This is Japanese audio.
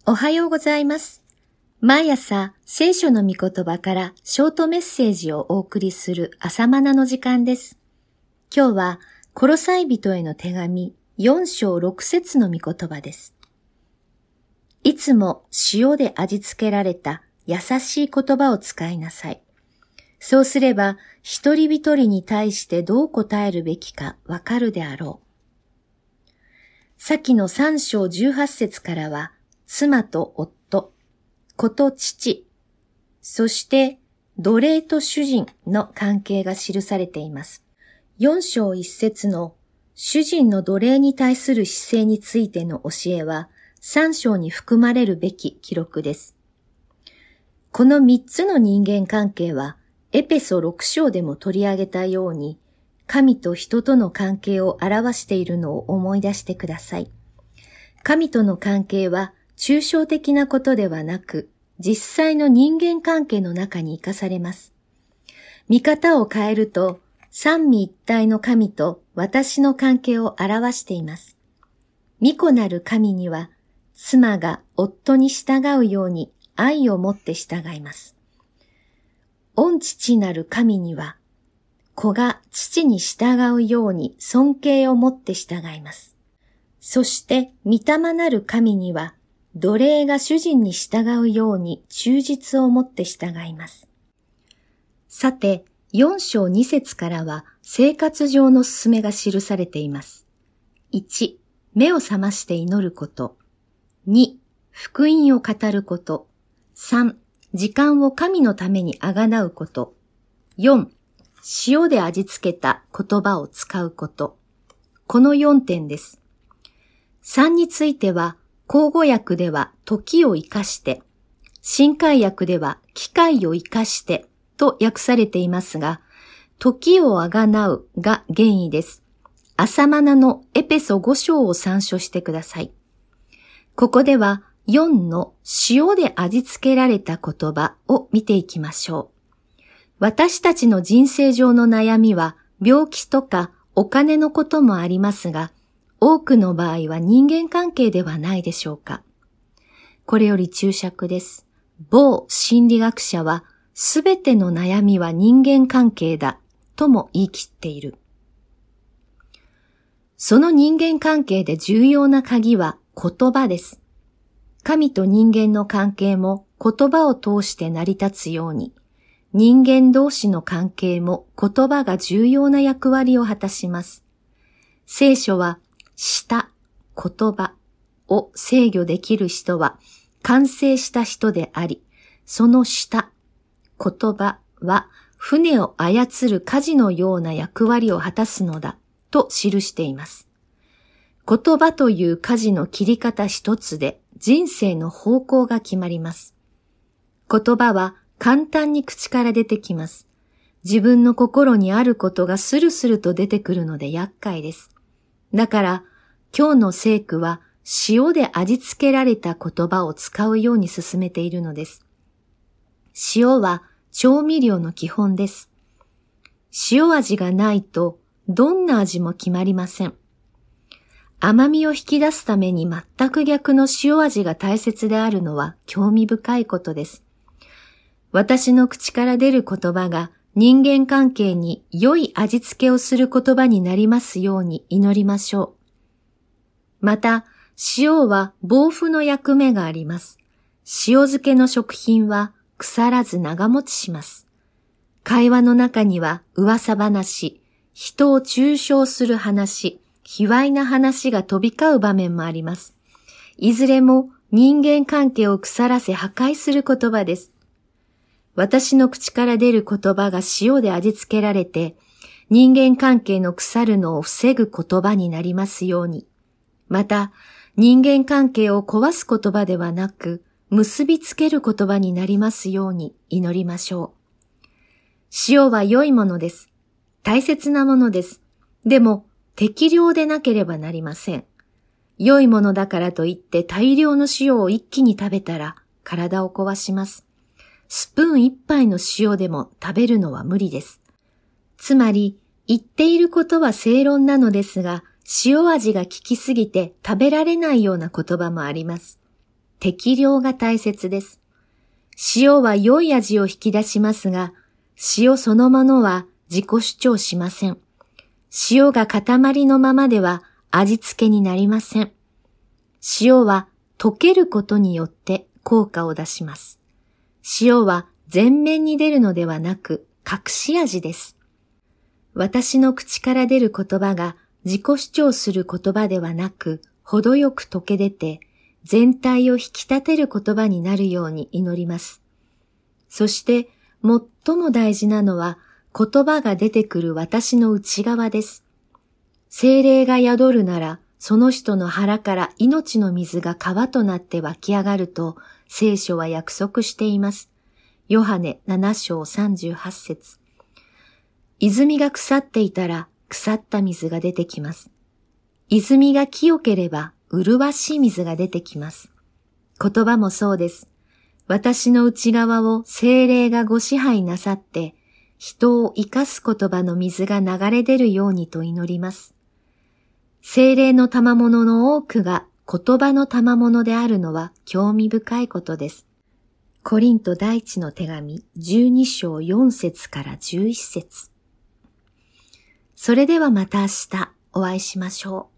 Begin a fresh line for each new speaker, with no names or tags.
おはようございます。毎朝聖書の御言葉からショートメッセージをお送りする朝マナの時間です。今日はコロサイ人への手紙4章6節の御言葉です。いつも塩で味付けられた優しい言葉を使いなさい。そうすれば一人一人に対してどう答えるべきかわかるであろう。先の3章18節からは妻と夫、子と父、そして奴隷と主人の関係が記されています。4章1節の主人の奴隷に対する姿勢についての教えは3章に含まれるべき記録です。この3つの人間関係はエペソ6章でも取り上げたように神と人との関係を表しているのを思い出してください。神との関係は抽象的なことではなく、実際の人間関係の中に生かされます。見方を変えると、三位一体の神と私の関係を表しています。御子なる神には、妻が夫に従うように愛を持って従います。御父なる神には、子が父に従うように尊敬を持って従います。そして、御霊なる神には、奴隷が主人に従うように忠実を持って従います。さて、4章2節からは生活上の勧めが記されています。1、目を覚まして祈ること。2、福音を語ること。3、時間を神のためにあがなうこと。4、塩で味付けた言葉を使うこと。この4点です。3については、口語訳では時を生かして、新海訳では機会を生かしてと訳されていますが、時をあがなうが原意です。朝マナのエペソ5章を参照してください。ここでは4の塩で味付けられた言葉を見ていきましょう。私たちの人生上の悩みは病気とかお金のこともありますが、多くの場合は人間関係ではないでしょうか。これより注釈です。某心理学者は、すべての悩みは人間関係だとも言い切っている。その人間関係で重要な鍵は言葉です。神と人間の関係も言葉を通して成り立つように、人間同士の関係も言葉が重要な役割を果たします。聖書は、舌、言葉を制御できる人は完成した人であり、その舌、言葉は船を操る舵のような役割を果たすのだと記しています。言葉という舵の切り方一つで人生の方向が決まります。言葉は簡単に口から出てきます。自分の心にあることがスルスルと出てくるので厄介です。だから、今日の聖句は塩で味付けられた言葉を使うように進めているのです。塩は調味料の基本です。塩味がないとどんな味も決まりません。甘みを引き出すために全く逆の塩味が大切であるのは興味深いことです。私の口から出る言葉が人間関係に良い味付けをする言葉になりますように祈りましょう。また、塩は防腐の役目があります。塩漬けの食品は腐らず長持ちします。会話の中には噂話、人を中傷する話、卑猥な話が飛び交う場面もあります。いずれも人間関係を腐らせ破壊する言葉です。私の口から出る言葉が塩で味付けられて、人間関係の腐るのを防ぐ言葉になりますように。また、人間関係を壊す言葉ではなく、結びつける言葉になりますように祈りましょう。塩は良いものです。大切なものです。でも、適量でなければなりません。良いものだからといって大量の塩を一気に食べたら体を壊します。スプーン一杯の塩でも食べるのは無理です。つまり、言っていることは正論なのですが、塩味が効きすぎて食べられないような言葉もあります。 適量が大切です。塩は良い味を引き出しますが、塩そのものは自己主張しません。塩が塊のままでは味付けになりません。塩は溶けることによって効果を出します。塩は前面に出るのではなく隠し味です。私の口から出る言葉が自己主張する言葉ではなく、程よく溶け出て、全体を引き立てる言葉になるように祈ります。そして、最も大事なのは、言葉が出てくる私の内側です。聖霊が宿るなら、その人の腹から命の水が川となって湧き上がると、聖書は約束しています。ヨハネ7章38節。泉が腐っていたら、腐った水が出てきます。泉が清ければ、麗しい水が出てきます。言葉もそうです。私の内側を聖霊がご支配なさって、人を生かす言葉の水が流れ出るようにと祈ります。聖霊の賜物の多くが言葉の賜物であるのは興味深いことです。コリント第一の手紙12章4節から11節。それではまた明日お会いしましょう。